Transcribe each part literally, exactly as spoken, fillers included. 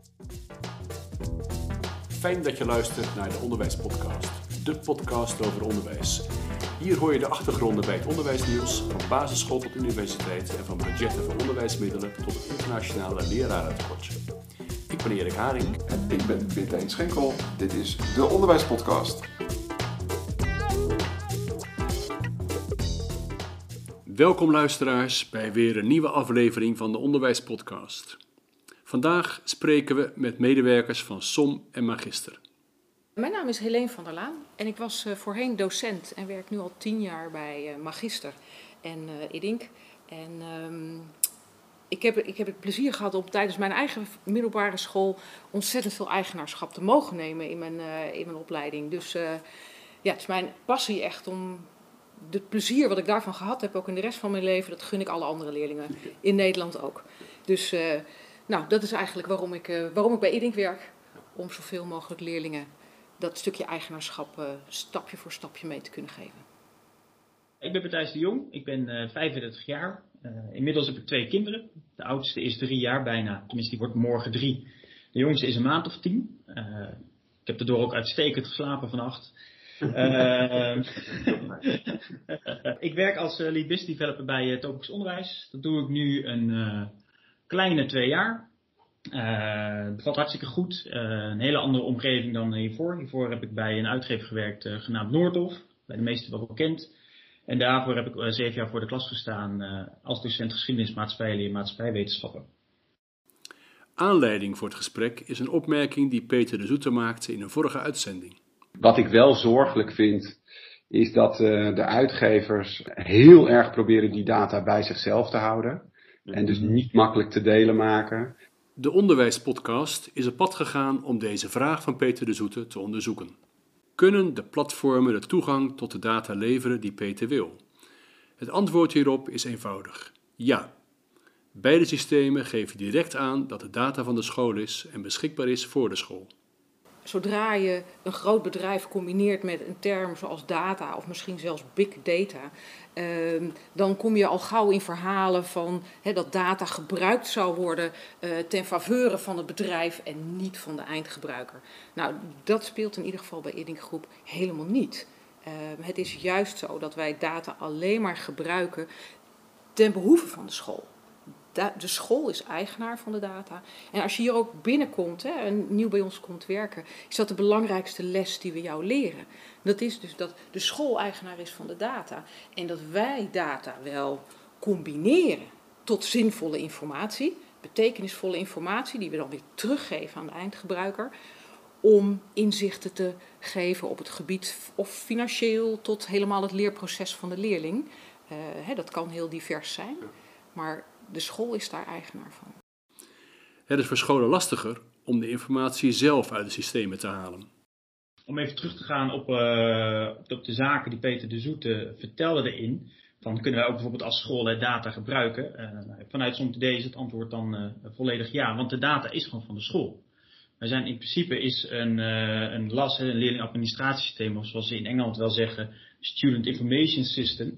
Fijn dat je luistert naar de Onderwijspodcast, de podcast over onderwijs. Hier hoor je de achtergronden bij het onderwijsnieuws, van basisschool tot universiteit en van budgetten voor onderwijsmiddelen tot het internationale lerarentekortje. Ik ben Erik Haring. En ik ben Pieter Schenkel. Dit is de Onderwijspodcast. Welkom luisteraars bij weer een nieuwe aflevering van de Onderwijspodcast. Vandaag spreken we met medewerkers van S O M en Magister. Mijn naam is Helene van der Laan en ik was uh, voorheen docent en werk nu al tien jaar bij uh, Magister en uh, Iddink. En um, ik, heb, ik heb het plezier gehad om tijdens mijn eigen middelbare school ontzettend veel eigenaarschap te mogen nemen in mijn, uh, in mijn opleiding. Dus uh, ja, het is mijn passie echt om het plezier wat ik daarvan gehad heb, ook in de rest van mijn leven, dat gun ik alle andere leerlingen in Nederland ook. Dus uh, nou, dat is eigenlijk waarom ik, uh, waarom ik bij Iddink werk, om zoveel mogelijk leerlingen dat stukje eigenaarschap uh, stapje voor stapje mee te kunnen geven. Ik ben Matthijs de Jong, ik ben uh, vijfendertig jaar. Uh, inmiddels heb ik twee kinderen. De oudste is drie jaar bijna, tenminste die wordt morgen drie. De jongste is een maand of tien. Uh, ik heb daardoor ook uitstekend geslapen vannacht. Uh, ik werk als uh, lead business developer bij uh, Topics Onderwijs. Dat doe ik nu een uh, kleine twee jaar. Uh, het bevalt hartstikke goed. Uh, een hele andere omgeving dan hiervoor. Hiervoor heb ik bij een uitgever gewerkt uh, genaamd Noordhof. Bij de meesten wel bekend. En daarvoor heb ik uh, zeven jaar voor de klas gestaan uh, als docent geschiedenis, maatschappijleer en maatschappijwetenschappen. Aanleiding voor het gesprek is een opmerking die Peter de Zoete maakte in een vorige uitzending. Wat ik wel zorgelijk vind, is dat uh, de uitgevers heel erg proberen die data bij zichzelf te houden. En dus niet makkelijk te delen maken. De Onderwijspodcast is op pad gegaan om deze vraag van Peter de Zoete te onderzoeken. Kunnen de platformen de toegang tot de data leveren die Peter wil? Het antwoord hierop is eenvoudig: ja. Beide systemen geven direct aan dat de data van de school is en beschikbaar is voor de school. Zodra je een groot bedrijf combineert met een term zoals data of misschien zelfs big data, uh, dan kom je al gauw in verhalen van he, dat data gebruikt zou worden uh, ten faveure van het bedrijf en niet van de eindgebruiker. Nou, dat speelt in ieder geval bij Iddink Groep helemaal niet. Uh, het is juist zo dat wij data alleen maar gebruiken ten behoeve van de school. De school is eigenaar van de data. En als je hier ook binnenkomt hè, en nieuw bij ons komt werken, is dat de belangrijkste les die we jou leren. Dat is dus dat de school eigenaar is van de data. En dat wij data wel combineren tot zinvolle informatie, betekenisvolle informatie, die we dan weer teruggeven aan de eindgebruiker, om inzichten te geven op het gebied of financieel tot helemaal het leerproces van de leerling. Uh, hè, dat kan heel divers zijn, maar de school is daar eigenaar van. Het is voor scholen lastiger om de informatie zelf uit de systemen te halen. Om even terug te gaan op, uh, op de zaken die Peter de Zoete vertelde erin. Dan kunnen wij ook bijvoorbeeld als school data gebruiken. Uh, vanuit S O M T D is het antwoord dan uh, volledig ja, want de data is gewoon van de school. Wij zijn in principe is een, uh, een L A S, een leerlingadministratiesysteem, of zoals ze in Engeland wel zeggen, Student Information System.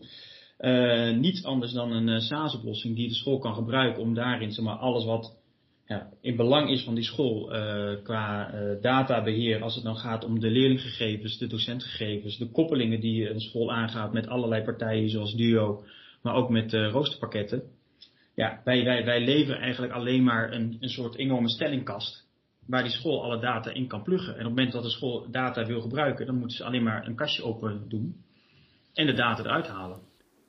Uh, niets anders dan een uh, SaaS-oplossing die de school kan gebruiken om daarin zeg maar, alles wat ja, in belang is van die school uh, qua uh, databeheer, als het nou gaat om de leerlinggegevens, de docentgegevens, de koppelingen die een school aangaat met allerlei partijen zoals Duo, maar ook met uh, roosterpakketten. Ja, wij, wij, wij leveren eigenlijk alleen maar een, een soort enorme stellingkast waar die school alle data in kan pluggen. En op het moment dat de school data wil gebruiken, dan moeten ze alleen maar een kastje open doen en de data eruit halen.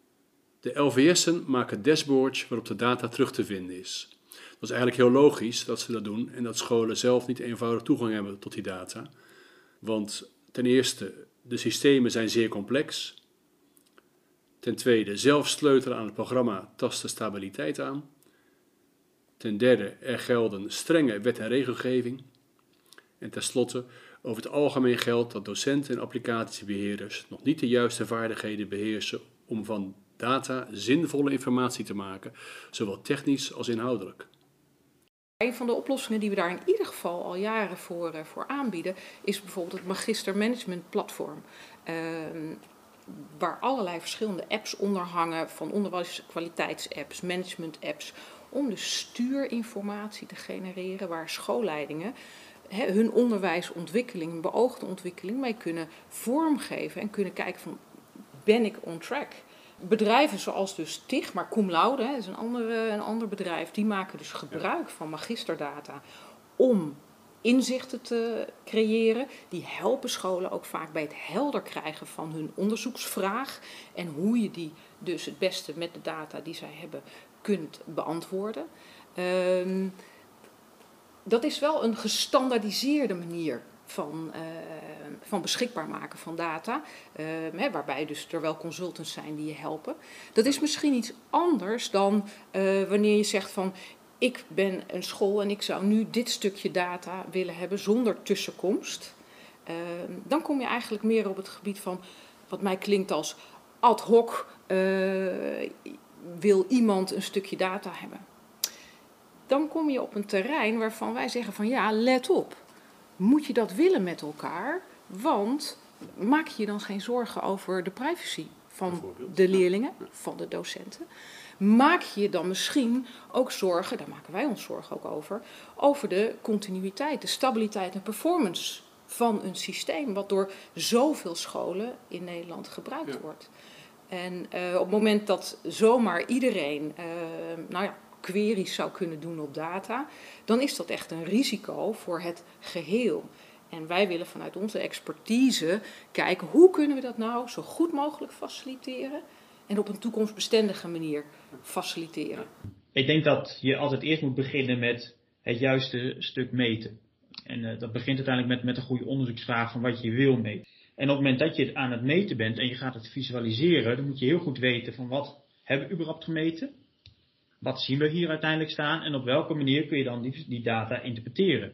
De L V S'en maken dashboards waarop de data terug te vinden is. Dat is eigenlijk heel logisch dat ze dat doen en dat scholen zelf niet eenvoudig toegang hebben tot die data. Want ten eerste, de systemen zijn zeer complex. Ten tweede, zelf sleutelen aan het programma tast de stabiliteit aan. Ten derde, er gelden strenge wet- en regelgeving. En tenslotte, over het algemeen geldt dat docenten en applicatiebeheerders nog niet de juiste vaardigheden beheersen om van data zinvolle informatie te maken, zowel technisch als inhoudelijk. Een van de oplossingen die we daar in ieder geval al jaren voor, uh, voor aanbieden, is bijvoorbeeld het Magister Management Platform. Uh, waar allerlei verschillende apps onder hangen, van onderwijskwaliteitsapps, management apps, om de stuurinformatie te genereren waar schoolleidingen he, hun onderwijsontwikkeling, hun beoogde ontwikkeling mee kunnen vormgeven en kunnen kijken van, ben ik on track? Bedrijven zoals dus T I G, maar cum laude, hè, dat is een, andere, een ander bedrijf, die maken dus gebruik van magisterdata om inzichten te creëren. Die helpen scholen ook vaak bij het helder krijgen van hun onderzoeksvraag en hoe je die dus het beste met de data die zij hebben kunt beantwoorden. Um, dat is wel een gestandaardiseerde manier van, uh, van beschikbaar maken van data, uh, hè, waarbij dus er wel consultants zijn die je helpen. Dat is misschien iets anders dan uh, wanneer je zegt van, ik ben een school en ik zou nu dit stukje data willen hebben zonder tussenkomst. Uh, dan kom je eigenlijk meer op het gebied van wat mij klinkt als ad hoc uh, wil iemand een stukje data hebben. Dan kom je op een terrein waarvan wij zeggen van ja, let op. Moet je dat willen met elkaar? Want maak je dan geen zorgen over de privacy van de leerlingen, van de docenten? Maak je dan misschien ook zorgen, daar maken wij ons zorgen ook over, over de continuïteit, de stabiliteit en performance van een systeem wat door zoveel scholen in Nederland gebruikt ja. wordt. En uh, op het moment dat zomaar iedereen uh, nou ja, queries zou kunnen doen op data, dan is dat echt een risico voor het geheel. En wij willen vanuit onze expertise kijken hoe kunnen we dat nou zo goed mogelijk faciliteren en op een toekomstbestendige manier faciliteren. Ik denk dat je altijd eerst moet beginnen met het juiste stuk meten. En uh, dat begint uiteindelijk met, met een goede onderzoeksvraag van wat je wil meten. En op het moment dat je aan het meten bent en je gaat het visualiseren, dan moet je heel goed weten van wat hebben we überhaupt gemeten? Wat zien we hier uiteindelijk staan en op welke manier kun je dan die, die data interpreteren?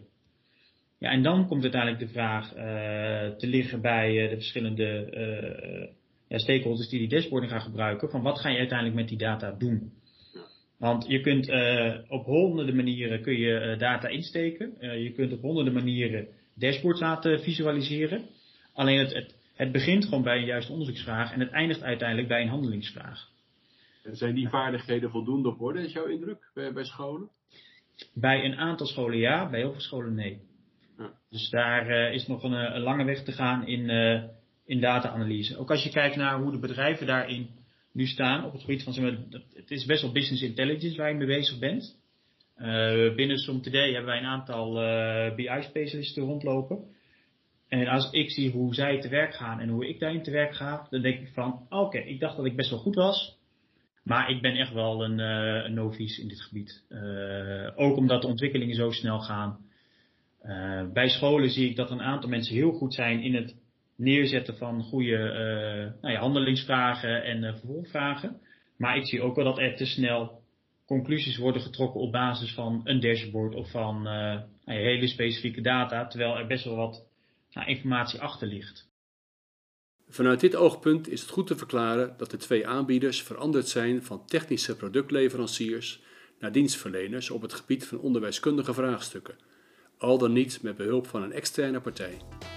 Ja, en dan komt uiteindelijk de vraag uh, te liggen bij uh, de verschillende uh, ja, stakeholders die die dashboarding gaan gebruiken, van wat ga je uiteindelijk met die data doen? Want je kunt uh, op honderden manieren kun je uh, data insteken. Uh, je kunt op honderden manieren dashboards laten visualiseren. Alleen het, het, het begint gewoon bij een juiste onderzoeksvraag en het eindigt uiteindelijk bij een handelingsvraag. En zijn die vaardigheden voldoende op orde, is jouw indruk, bij, bij scholen? Bij een aantal scholen ja, bij heel veel scholen nee. Ja. Dus daar uh, is nog een, een lange weg te gaan in, uh, in data-analyse. Ook als je kijkt naar hoe de bedrijven daarin nu staan op het gebied van, zeg maar, het is best wel business intelligence waar je mee bezig bent. Uh, binnen SomToday hebben wij een aantal uh, B I-specialisten rondlopen. En als ik zie hoe zij te werk gaan en hoe ik daarin te werk ga, dan denk ik van, oké, okay, ik dacht dat ik best wel goed was. Maar ik ben echt wel een, uh, een novice in dit gebied. Uh, ook omdat de ontwikkelingen zo snel gaan. Uh, bij scholen zie ik dat een aantal mensen heel goed zijn in het neerzetten van goede uh, nou ja, handelingsvragen en uh, vervolgvragen. Maar ik zie ook wel dat er te snel conclusies worden getrokken op basis van een dashboard of van uh, nou ja, hele specifieke data. Terwijl er best wel wat nou, informatie achter ligt. Vanuit dit oogpunt is het goed te verklaren dat de twee aanbieders veranderd zijn van technische productleveranciers naar dienstverleners op het gebied van onderwijskundige vraagstukken, al dan niet met behulp van een externe partij.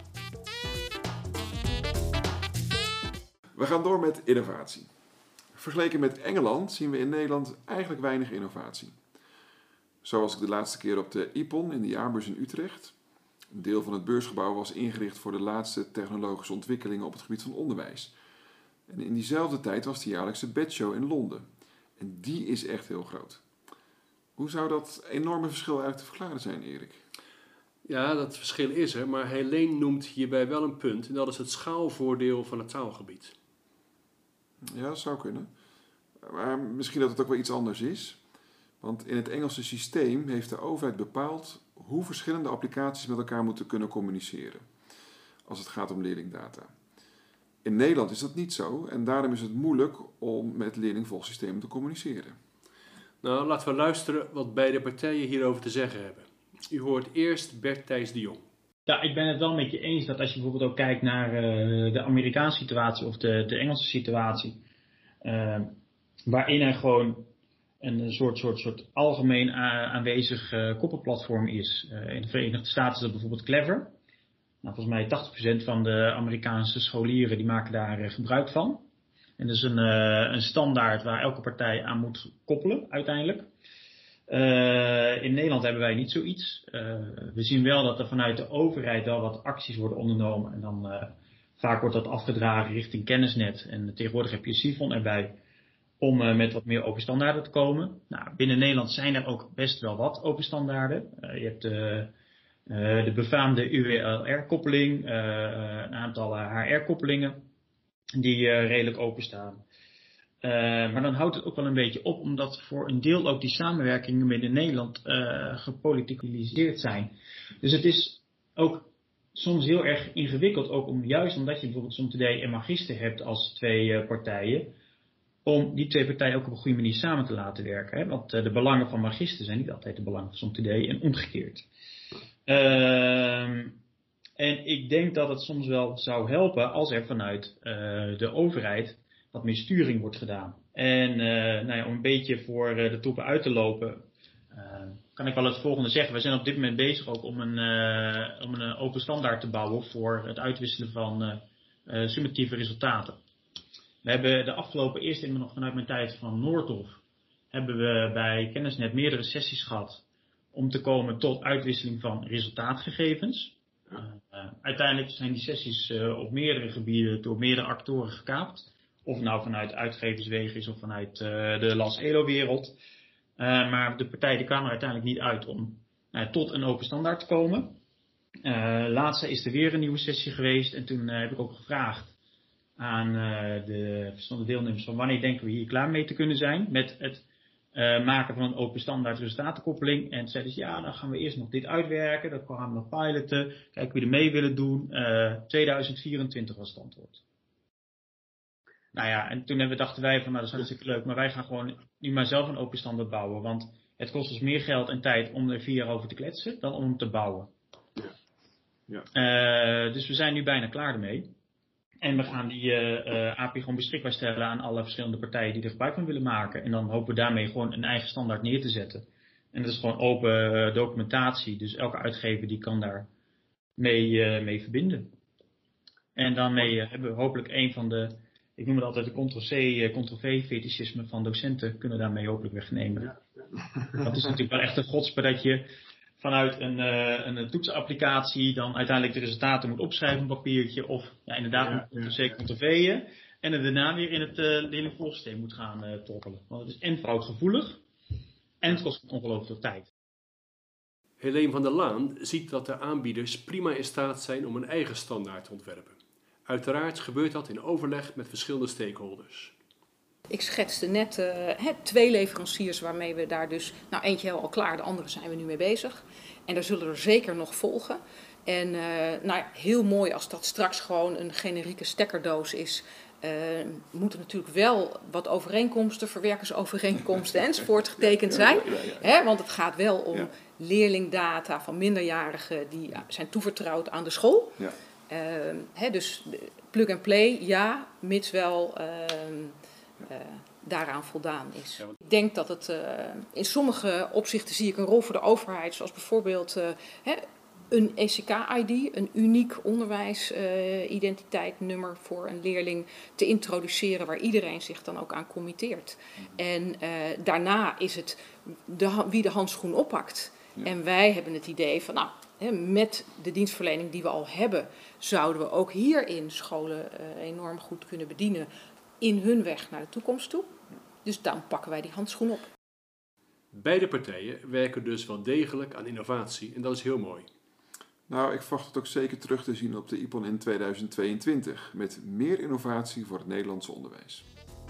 We gaan door met innovatie. Vergeleken met Engeland zien we in Nederland eigenlijk weinig innovatie. Zo was ik de laatste keer op de I P O N in de jaarbeurs in Utrecht. Een deel van het beursgebouw was ingericht voor de laatste technologische ontwikkelingen op het gebied van onderwijs. En in diezelfde tijd was de jaarlijkse B E D Show in Londen. En die is echt heel groot. Hoe zou dat enorme verschil eigenlijk te verklaren zijn, Erik? Ja, dat verschil is er, maar Helene noemt hierbij wel een punt. En dat is het schaalvoordeel van het taalgebied. Ja, dat zou kunnen. Maar misschien dat het ook wel iets anders is. Want in het Engelse systeem heeft de overheid bepaald hoe verschillende applicaties met elkaar moeten kunnen communiceren. Als het gaat om leerlingdata. In Nederland is dat niet zo en daarom is het moeilijk om met leerlingvolgsystemen te communiceren. Nou, laten we luisteren wat beide partijen hierover te zeggen hebben. U hoort eerst Bert Thijs de Jong. Ja, ik ben het wel met je eens dat als je bijvoorbeeld ook kijkt naar uh, de Amerikaanse situatie of de, de Engelse situatie. Uh, waarin er gewoon een soort, soort, soort algemeen aanwezig uh, koppelplatform is. Uh, in de Verenigde Staten is dat bijvoorbeeld Clever. Nou, volgens mij tachtig procent van de Amerikaanse scholieren die maken daar uh, gebruik van. En dat is een, uh, een standaard waar elke partij aan moet koppelen uiteindelijk. Uh, in Nederland hebben wij niet zoiets. Uh, we zien wel dat er vanuit de overheid wel wat acties worden ondernomen. En dan uh, vaak wordt dat afgedragen richting kennisnet. En tegenwoordig heb je Sifon erbij om uh, met wat meer open standaarden te komen. Nou, binnen Nederland zijn er ook best wel wat open standaarden. Uh, je hebt uh, uh, de befaamde U W L R-koppeling, uh, een aantal H R-koppelingen die uh, redelijk openstaan. Uh, maar dan houdt het ook wel een beetje op, omdat voor een deel ook die samenwerkingen binnen Nederland uh, gepoliticaliseerd zijn. Dus het is ook soms heel erg ingewikkeld, ook om, juist omdat je bijvoorbeeld SomToday en Magister hebt als twee uh, partijen, om die twee partijen ook op een goede manier samen te laten werken. Hè? Want uh, de belangen van Magister zijn niet altijd de belangen van SomToday en omgekeerd. Uh, en ik denk dat het soms wel zou helpen als er vanuit uh, de overheid wat meer sturing wordt gedaan. En uh, nou ja, om een beetje voor uh, de toppen uit te lopen, uh, kan ik wel het volgende zeggen. We zijn op dit moment bezig ook om een, uh, om een open standaard te bouwen voor het uitwisselen van uh, uh, summatieve resultaten. We hebben de afgelopen, eerst in, nog vanuit mijn tijd van Noordhof, hebben we bij Kennisnet meerdere sessies gehad om te komen tot uitwisseling van resultaatgegevens. Uh, uh, uiteindelijk zijn die sessies uh, op meerdere gebieden door meerdere actoren gekaapt. Of het nou vanuit uitgeverswegen is of vanuit uh, de LAS-E L O-wereld. Uh, maar de partijen kwamen er uiteindelijk niet uit om uh, tot een open standaard te komen. Uh, laatste is er weer een nieuwe sessie geweest. En toen uh, heb ik ook gevraagd aan uh, de verschillende deelnemers van wanneer denken we hier klaar mee te kunnen zijn met het uh, maken van een open standaard resultatenkoppeling. En zeiden ze ja, dan gaan we eerst nog dit uitwerken. Dan gaan we nog piloten. Kijken wie er mee willen doen. Uh, tweeduizend vierentwintig was het antwoord. Nou ja, en toen hebben, dachten wij van, nou dat is hartstikke leuk, maar wij gaan gewoon nu maar zelf een open standaard bouwen. Want het kost ons meer geld en tijd om er vier jaar over te kletsen dan om hem te bouwen. Ja. Ja. Uh, dus we zijn nu bijna klaar ermee. En we gaan die uh, uh, A P I gewoon beschikbaar stellen aan alle verschillende partijen die er gebruik van willen maken. En dan hopen we daarmee gewoon een eigen standaard neer te zetten. En dat is gewoon open uh, documentatie, dus elke uitgever die kan daar mee, uh, mee verbinden. En daarmee uh, hebben we hopelijk een van de... Ik noem het altijd de Ctrl-C, Ctrl-V-fetischisme van docenten kunnen daarmee hopelijk wegnemen. Ja, ja. Dat is natuurlijk wel echt een godspe dat je vanuit een, uh, een toetsapplicatie dan uiteindelijk de resultaten moet opschrijven op een papiertje. Of ja, inderdaad ja, een Ctrl-C, Ctrl-V'en. En het daarna weer in het uh, leerlingvolgsysteem moet gaan uh, toppelen. Want het is en foutgevoelig en het kost ongelooflijk veel tijd. Helene van der Laan ziet dat de aanbieders prima in staat zijn om een eigen standaard te ontwerpen. Uiteraard gebeurt dat in overleg met verschillende stakeholders. Ik schetste net uh, twee leveranciers waarmee we daar dus... Nou, eentje al klaar, de andere zijn we nu mee bezig. En daar zullen er zeker nog volgen. En uh, nou ja, heel mooi als dat straks gewoon een generieke stekkerdoos is. Uh, moeten natuurlijk wel wat overeenkomsten, verwerkersovereenkomsten enzovoort getekend zijn. Ja, ja, ja, ja. Hè, want het gaat wel om ja. leerlingdata van minderjarigen die zijn toevertrouwd aan de school. Ja. Uh, he, dus plug and play, ja, mits wel uh, uh, daaraan voldaan is. Ja, want... Ik denk dat het uh, in sommige opzichten zie ik een rol voor de overheid, zoals bijvoorbeeld uh, he, een E C K I D, een uniek onderwijsidentiteitsnummer uh, voor een leerling te introduceren waar iedereen zich dan ook aan committeert. En uh, daarna is het de, wie de handschoen oppakt. Ja. En wij hebben het idee van, nou, met de dienstverlening die we al hebben, zouden we ook hierin scholen uh, enorm goed kunnen bedienen in hun weg naar de toekomst toe. Dus dan pakken wij die handschoen op. Beide partijen werken dus wel degelijk aan innovatie en dat is heel mooi. Nou, ik verwacht het ook zeker terug te zien op de I P O N in tweeduizend tweeëntwintig met meer innovatie voor het Nederlandse onderwijs.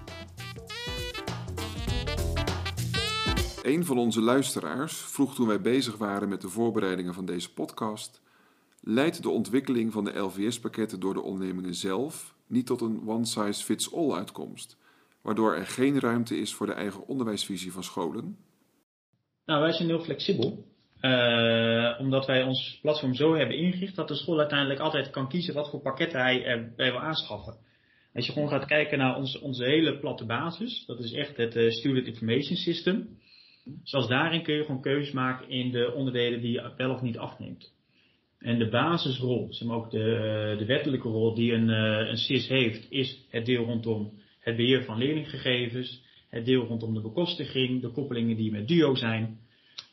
Een van onze luisteraars vroeg toen wij bezig waren met de voorbereidingen van deze podcast: leidt de ontwikkeling van de L V S-pakketten door de ondernemingen zelf niet tot een one-size-fits-all uitkomst, waardoor er geen ruimte is voor de eigen onderwijsvisie van scholen? Nou, wij zijn heel flexibel, uh, omdat wij ons platform zo hebben ingericht dat de school uiteindelijk altijd kan kiezen wat voor pakketten hij erbij wil aanschaffen. Als je gewoon gaat kijken naar ons, onze hele platte basis, dat is echt het uh, Student Information System. Zoals daarin kun je gewoon keuzes maken in de onderdelen die je wel of niet afneemt. En de basisrol, zeg maar ook de, de wettelijke rol die een, een S I S heeft, is het deel rondom het beheer van leerlinggegevens, het deel rondom de bekostiging, de koppelingen die met DUO zijn.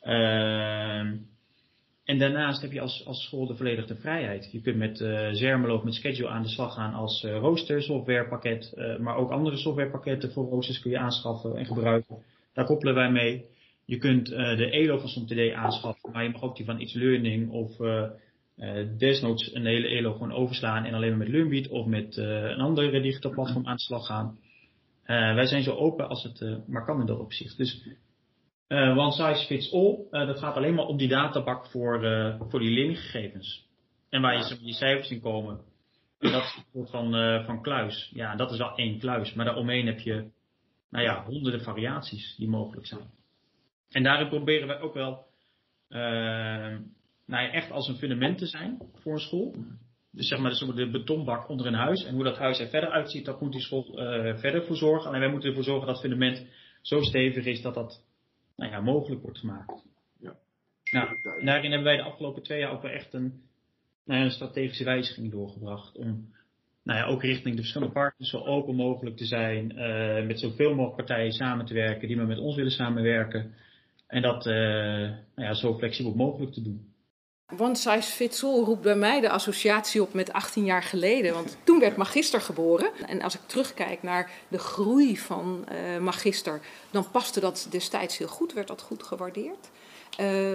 Uh, en daarnaast heb je als, als school de volledige vrijheid. Je kunt met uh, Zermelo of met Schedule aan de slag gaan als uh, rooster softwarepakket. Uh, maar ook andere softwarepakketten voor roosters kun je aanschaffen en gebruiken. Daar koppelen wij mee. Je kunt uh, de E L O van SomTD aanschaffen, maar je mag ook die van It's Learning of uh, uh, desnoods een hele E L O gewoon overslaan en alleen maar met LearnBeat of met uh, een ander digitaal platform aan de slag gaan. Uh, wij zijn zo open als het uh, maar kan in dat opzicht. Dus uh, one size fits all, uh, dat gaat alleen maar op die databak voor, uh, voor die leerlinggegevens. En waar je, je cijfers in komen. En dat is een soort van, uh, van kluis. Ja, dat is wel één kluis, maar daaromheen heb je nou ja, honderden variaties die mogelijk zijn. En daarin proberen wij ook wel uh, nou ja, echt als een fundament te zijn voor een school. Dus zeg maar de betonbak onder een huis. En hoe dat huis er verder uitziet, daar moet die school uh, verder voor zorgen. Alleen wij moeten ervoor zorgen dat het fundament zo stevig is dat dat nou ja, mogelijk wordt gemaakt. Ja. Nou, en daarin hebben wij de afgelopen twee jaar ook wel echt een, nou ja, een strategische wijziging doorgebracht. Om nou ja, ook richting de verschillende partners zo open mogelijk te zijn. Uh, met zoveel mogelijk partijen samen te werken die maar met ons willen samenwerken. En dat uh, nou ja, zo flexibel mogelijk te doen. One size fits all roept bij mij de associatie op met achttien jaar geleden. Want toen werd Magister geboren. En als ik terugkijk naar de groei van uh, Magister, dan paste dat destijds heel goed, werd dat goed gewaardeerd. Uh,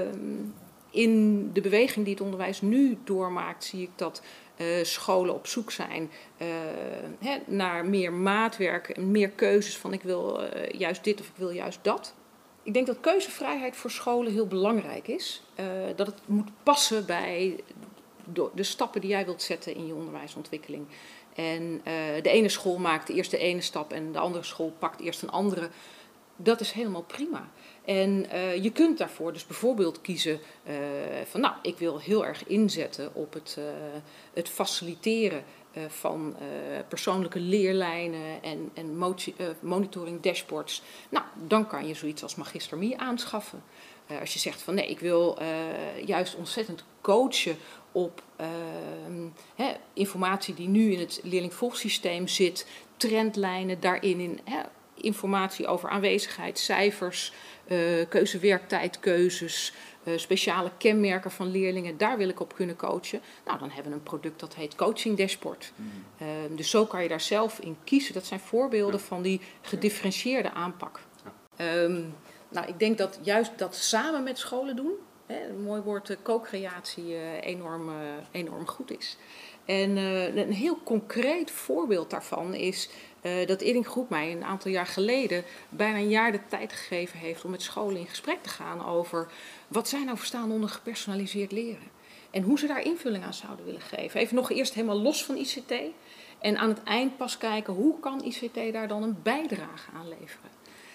in de beweging die het onderwijs nu doormaakt, zie ik dat uh, scholen op zoek zijn uh, hè, naar meer maatwerk en meer keuzes van ik wil uh, juist dit of ik wil juist dat. Ik denk dat keuzevrijheid voor scholen heel belangrijk is. Uh, dat het moet passen bij de stappen die jij wilt zetten in je onderwijsontwikkeling. En uh, de ene school maakt eerst de ene stap en de andere school pakt eerst een andere. Dat is helemaal prima. En uh, je kunt daarvoor dus bijvoorbeeld kiezen uh, van nou, ik wil heel erg inzetten op het, uh, het faciliteren uh, van uh, persoonlijke leerlijnen en, en moti- uh, monitoring dashboards. Nou, dan kan je zoiets als Magister Me aanschaffen. Uh, als je zegt van nee, ik wil uh, juist ontzettend coachen op uh, hè, informatie die nu in het leerlingvolgsysteem zit, trendlijnen daarin in. Hè, informatie over aanwezigheid, cijfers, uh, keuzewerktijdkeuzes, uh, speciale kenmerken van leerlingen. Daar wil ik op kunnen coachen. Nou, dan hebben we een product dat heet Coaching Dashboard. Mm. Uh, dus zo kan je daar zelf in kiezen. Dat zijn voorbeelden ja. van die gedifferentieerde aanpak. Ja. Um, nou, ik denk dat juist dat samen met scholen doen, hè, een mooi woord, uh, co-creatie, uh, enorm, uh, enorm goed is. En uh, een heel concreet voorbeeld daarvan is uh, dat Iddink Groep mij een aantal jaar geleden bijna een jaar de tijd gegeven heeft om met scholen in gesprek te gaan over wat zij nou verstaan onder gepersonaliseerd leren. En hoe ze daar invulling aan zouden willen geven. Even nog eerst helemaal los van I C T. En aan het eind pas kijken hoe kan I C T daar dan een bijdrage aan leveren.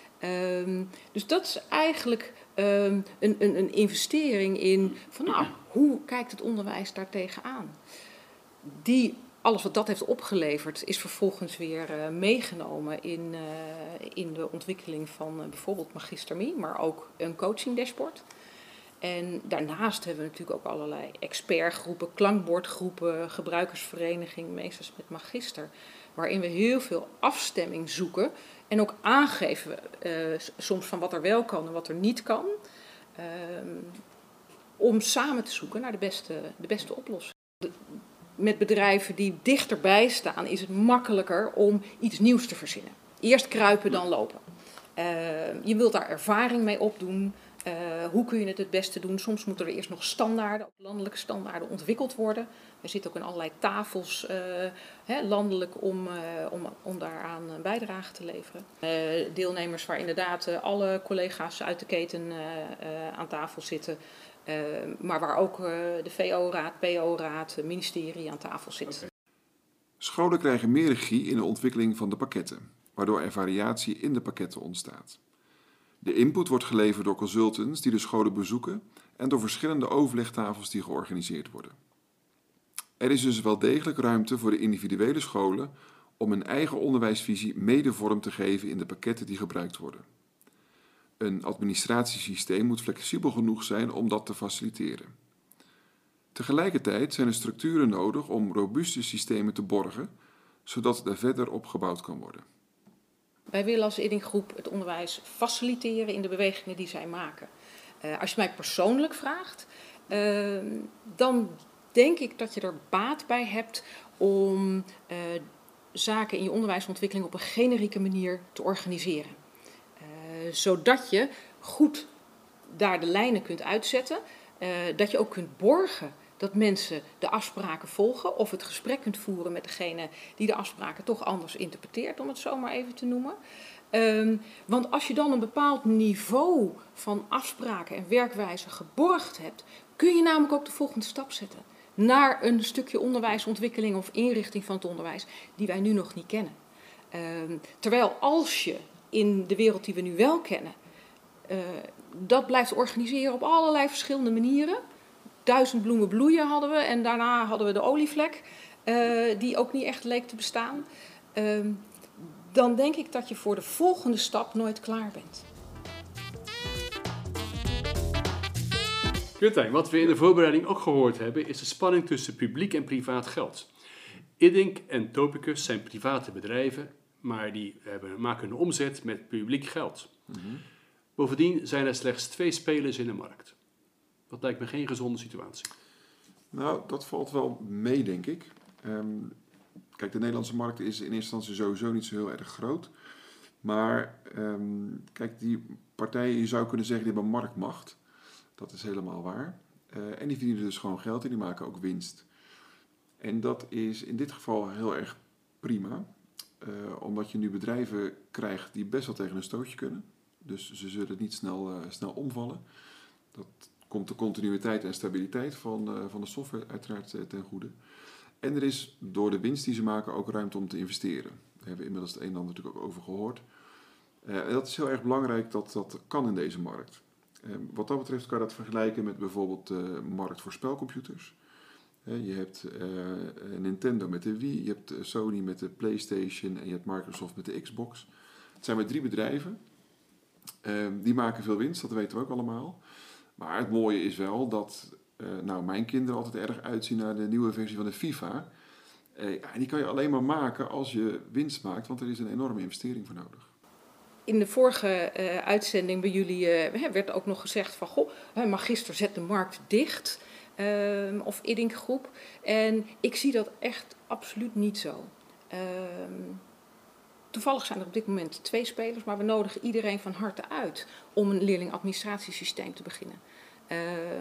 Um, dus dat is eigenlijk um, een, een, een investering in van nou, hoe kijkt het onderwijs daar tegenaan? Die, alles wat dat heeft opgeleverd is vervolgens weer uh, meegenomen in, uh, in de ontwikkeling van uh, bijvoorbeeld Magister Me, maar ook een coaching dashboard. En daarnaast hebben we natuurlijk ook allerlei expertgroepen, klankbordgroepen, gebruikersvereniging, meesters met Magister, waarin we heel veel afstemming zoeken en ook aangeven uh, soms van wat er wel kan en wat er niet kan, uh, om samen te zoeken naar de beste, de beste oplossing. De, Met bedrijven die dichterbij staan is het makkelijker om iets nieuws te verzinnen. Eerst kruipen, dan lopen. Uh, je wilt daar ervaring mee opdoen. Uh, hoe kun je het het beste doen? Soms moeten er eerst nog standaarden, ook landelijke standaarden, ontwikkeld worden. Er zitten ook in allerlei tafels uh, hè, landelijk om, uh, om, om daaraan een bijdrage te leveren. Uh, deelnemers waar inderdaad uh, alle collega's uit de keten uh, uh, aan tafel zitten. Uh, maar waar ook uh, de V O-raad, P O-raad, het ministerie aan tafel zit. Okay. Scholen krijgen meer regie in de ontwikkeling van de pakketten, waardoor er variatie in de pakketten ontstaat. De input wordt geleverd door consultants die de scholen bezoeken en door verschillende overlegtafels die georganiseerd worden. Er is dus wel degelijk ruimte voor de individuele scholen om een eigen onderwijsvisie mede vorm te geven in de pakketten die gebruikt worden. Een administratiesysteem moet flexibel genoeg zijn om dat te faciliteren. Tegelijkertijd zijn er structuren nodig om robuuste systemen te borgen, zodat er verder op gebouwd kan worden. Wij willen als Iddink Groep het onderwijs faciliteren in de bewegingen die zij maken. Uh, als je mij persoonlijk vraagt, uh, dan denk ik dat je er baat bij hebt om uh, zaken in je onderwijsontwikkeling op een generieke manier te organiseren. Uh, zodat je goed daar de lijnen kunt uitzetten, uh, dat je ook kunt borgen dat mensen de afspraken volgen of het gesprek kunt voeren met degene die de afspraken toch anders interpreteert, om het zo maar even te noemen. Um, want als je dan een bepaald niveau van afspraken en werkwijze geborgd hebt, kun je namelijk ook de volgende stap zetten naar een stukje onderwijsontwikkeling of inrichting van het onderwijs die wij nu nog niet kennen. Um, terwijl als je in de wereld die we nu wel kennen, uh, dat blijft organiseren op allerlei verschillende manieren. Duizend bloemen bloeien hadden we en daarna hadden we de olievlek, uh, die ook niet echt leek te bestaan. Um, dan denk ik dat je voor de volgende stap nooit klaar bent. Jurtijn, wat we in de voorbereiding ook gehoord hebben, is de spanning tussen publiek en privaat geld. Iddink en Topicus zijn private bedrijven, maar die hebben, maken hun omzet met publiek geld. Mm-hmm. Bovendien zijn er slechts twee spelers in de markt. Dat lijkt me geen gezonde situatie. Nou, dat valt wel mee, denk ik. Um, kijk, de Nederlandse markt is in eerste instantie sowieso niet zo heel erg groot. Maar um, kijk, die partijen, je zou kunnen zeggen, die hebben marktmacht. Dat is helemaal waar. Uh, en die verdienen dus gewoon geld en die maken ook winst. En dat is in dit geval heel erg prima. Uh, omdat je nu bedrijven krijgt die best wel tegen een stootje kunnen. Dus ze zullen niet snel, uh, snel omvallen. Dat komt de continuïteit en stabiliteit van, uh, van de software uiteraard uh, ten goede. En er is door de winst die ze maken ook ruimte om te investeren. Daar hebben we inmiddels het een en ander natuurlijk ook over gehoord. Uh, en dat is heel erg belangrijk dat dat kan in deze markt. Uh, wat dat betreft kan je dat vergelijken met bijvoorbeeld de markt voor spelcomputers. Uh, je hebt uh, Nintendo met de Wii, je hebt Sony met de PlayStation en je hebt Microsoft met de Xbox. Het zijn maar drie bedrijven. Uh, die maken veel winst, dat weten we ook allemaal. Maar het mooie is wel dat uh, nou, mijn kinderen altijd erg uitzien naar de nieuwe versie van de FIFA. Uh, ja, en die kan je alleen maar maken als je winst maakt, want er is een enorme investering voor nodig. In de vorige uh, uitzending bij jullie uh, werd ook nog gezegd van, goh, Magister zet de markt dicht, uh, of Iddink Groep. En ik zie dat echt absoluut niet zo. Uh, Toevallig zijn er op dit moment twee spelers, maar we nodigen iedereen van harte uit om een leerlingadministratiesysteem te beginnen. Uh,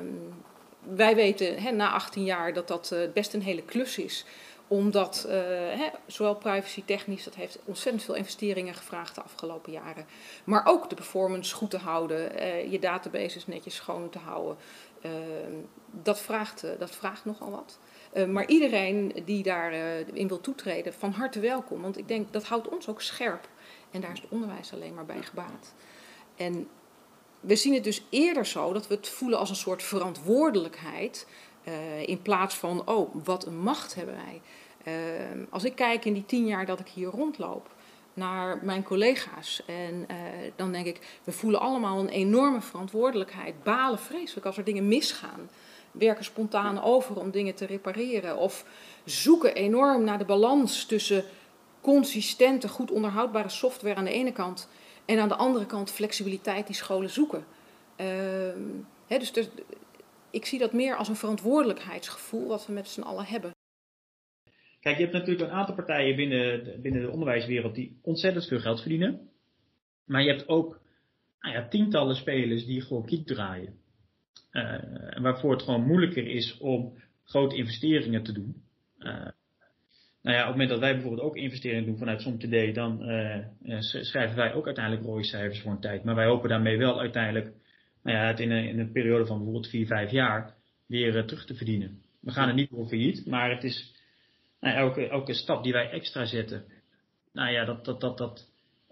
wij weten he, na achttien jaar dat dat uh, best een hele klus is, omdat uh, he, zowel privacy technisch, dat heeft ontzettend veel investeringen gevraagd de afgelopen jaren, maar ook de performance goed te houden, uh, je databases netjes schoon te houden, uh, dat, vraagt, uh, dat vraagt nogal wat. Uh, maar iedereen die daarin uh, wil toetreden, van harte welkom. Want ik denk, dat houdt ons ook scherp. En daar is het onderwijs alleen maar bij gebaat. En we zien het dus eerder zo dat we het voelen als een soort verantwoordelijkheid. Uh, in plaats van, oh, wat een macht hebben wij. Uh, als ik kijk in die tien jaar dat ik hier rondloop naar mijn collega's. En uh, dan denk ik, we voelen allemaal een enorme verantwoordelijkheid. Balen vreselijk als er dingen misgaan. Werken spontaan over om dingen te repareren. Of zoeken enorm naar de balans tussen consistente, goed onderhoudbare software aan de ene kant. En aan de andere kant flexibiliteit die scholen zoeken. Uh, hè, dus, dus ik zie dat meer als een verantwoordelijkheidsgevoel wat we met z'n allen hebben. Kijk, je hebt natuurlijk een aantal partijen binnen de, binnen de onderwijswereld die ontzettend veel geld verdienen. Maar je hebt ook nou ja, tientallen spelers die gewoon kiek draaien. Uh, waarvoor het gewoon moeilijker is om grote investeringen te doen. Uh, nou ja, op het moment dat wij bijvoorbeeld ook investeringen doen vanuit SomTD, dan uh, uh, schrijven wij ook uiteindelijk rode cijfers voor een tijd. Maar wij hopen daarmee wel uiteindelijk nou ja, het in een, in een periode van bijvoorbeeld vier, vijf jaar weer uh, terug te verdienen. We gaan er niet voor failliet, maar het is nou, elke, elke stap die wij extra zetten. Nou ja, dat, dat, dat, dat,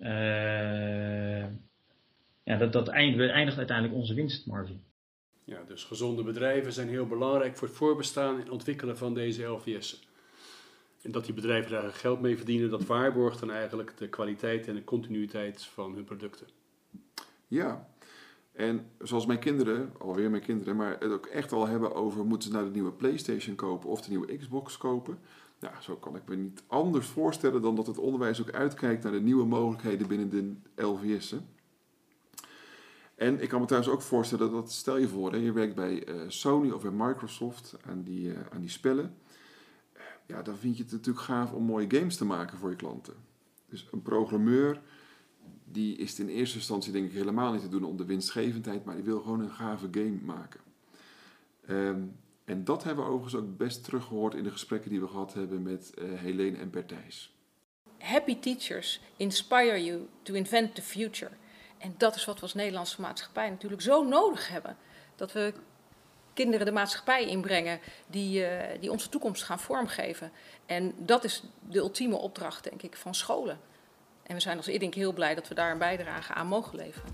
uh, ja, dat, dat eindigt uiteindelijk onze winstmarge. Ja, dus gezonde bedrijven zijn heel belangrijk voor het voorbestaan en ontwikkelen van deze L V S'en. En dat die bedrijven daar geld mee verdienen, dat waarborgt dan eigenlijk de kwaliteit en de continuïteit van hun producten. Ja, en zoals mijn kinderen, alweer mijn kinderen, maar het ook echt al hebben over moeten ze nou de nieuwe PlayStation kopen of de nieuwe Xbox kopen. Ja, zo kan ik me niet anders voorstellen dan dat het onderwijs ook uitkijkt naar de nieuwe mogelijkheden binnen de L V S'en. En ik kan me trouwens ook voorstellen dat, stel je voor, hè, je werkt bij uh, Sony of bij Microsoft aan die, uh, aan die spellen. Uh, ja, dan vind je het natuurlijk gaaf om mooie games te maken voor je klanten. Dus een programmeur, die is in eerste instantie denk ik helemaal niet te doen om de winstgevendheid, maar die wil gewoon een gave game maken. Um, en dat hebben we overigens ook best teruggehoord in de gesprekken die we gehad hebben met uh, Helene en Bertijs. Happy teachers inspire you to invent the future. En dat is wat we als Nederlandse maatschappij natuurlijk zo nodig hebben. Dat we kinderen de maatschappij inbrengen die, uh, die onze toekomst gaan vormgeven. En dat is de ultieme opdracht, denk ik, van scholen. En we zijn als Iddink heel blij dat we daar een bijdrage aan mogen leveren.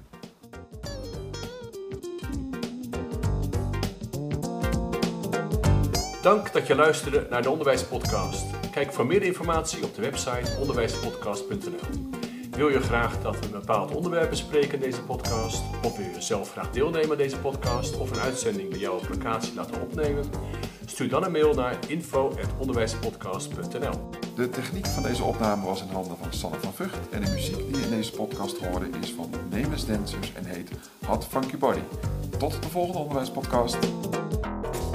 Dank dat je luisterde naar de Onderwijspodcast. Kijk voor meer informatie op de website onderwijspodcast punt n l. Wil je graag dat we een bepaald onderwerp bespreken in deze podcast? Of wil je zelf graag deelnemen aan deze podcast of een uitzending bij jou op locatie laten opnemen? Stuur dan een mail naar info at onderwijspodcast punt n l. De techniek van deze opname was in handen van Sanne van Vught en de muziek die je in deze podcast hoorde is van Nameless Dancers en heet Hot Funky Body. Tot de volgende Onderwijspodcast.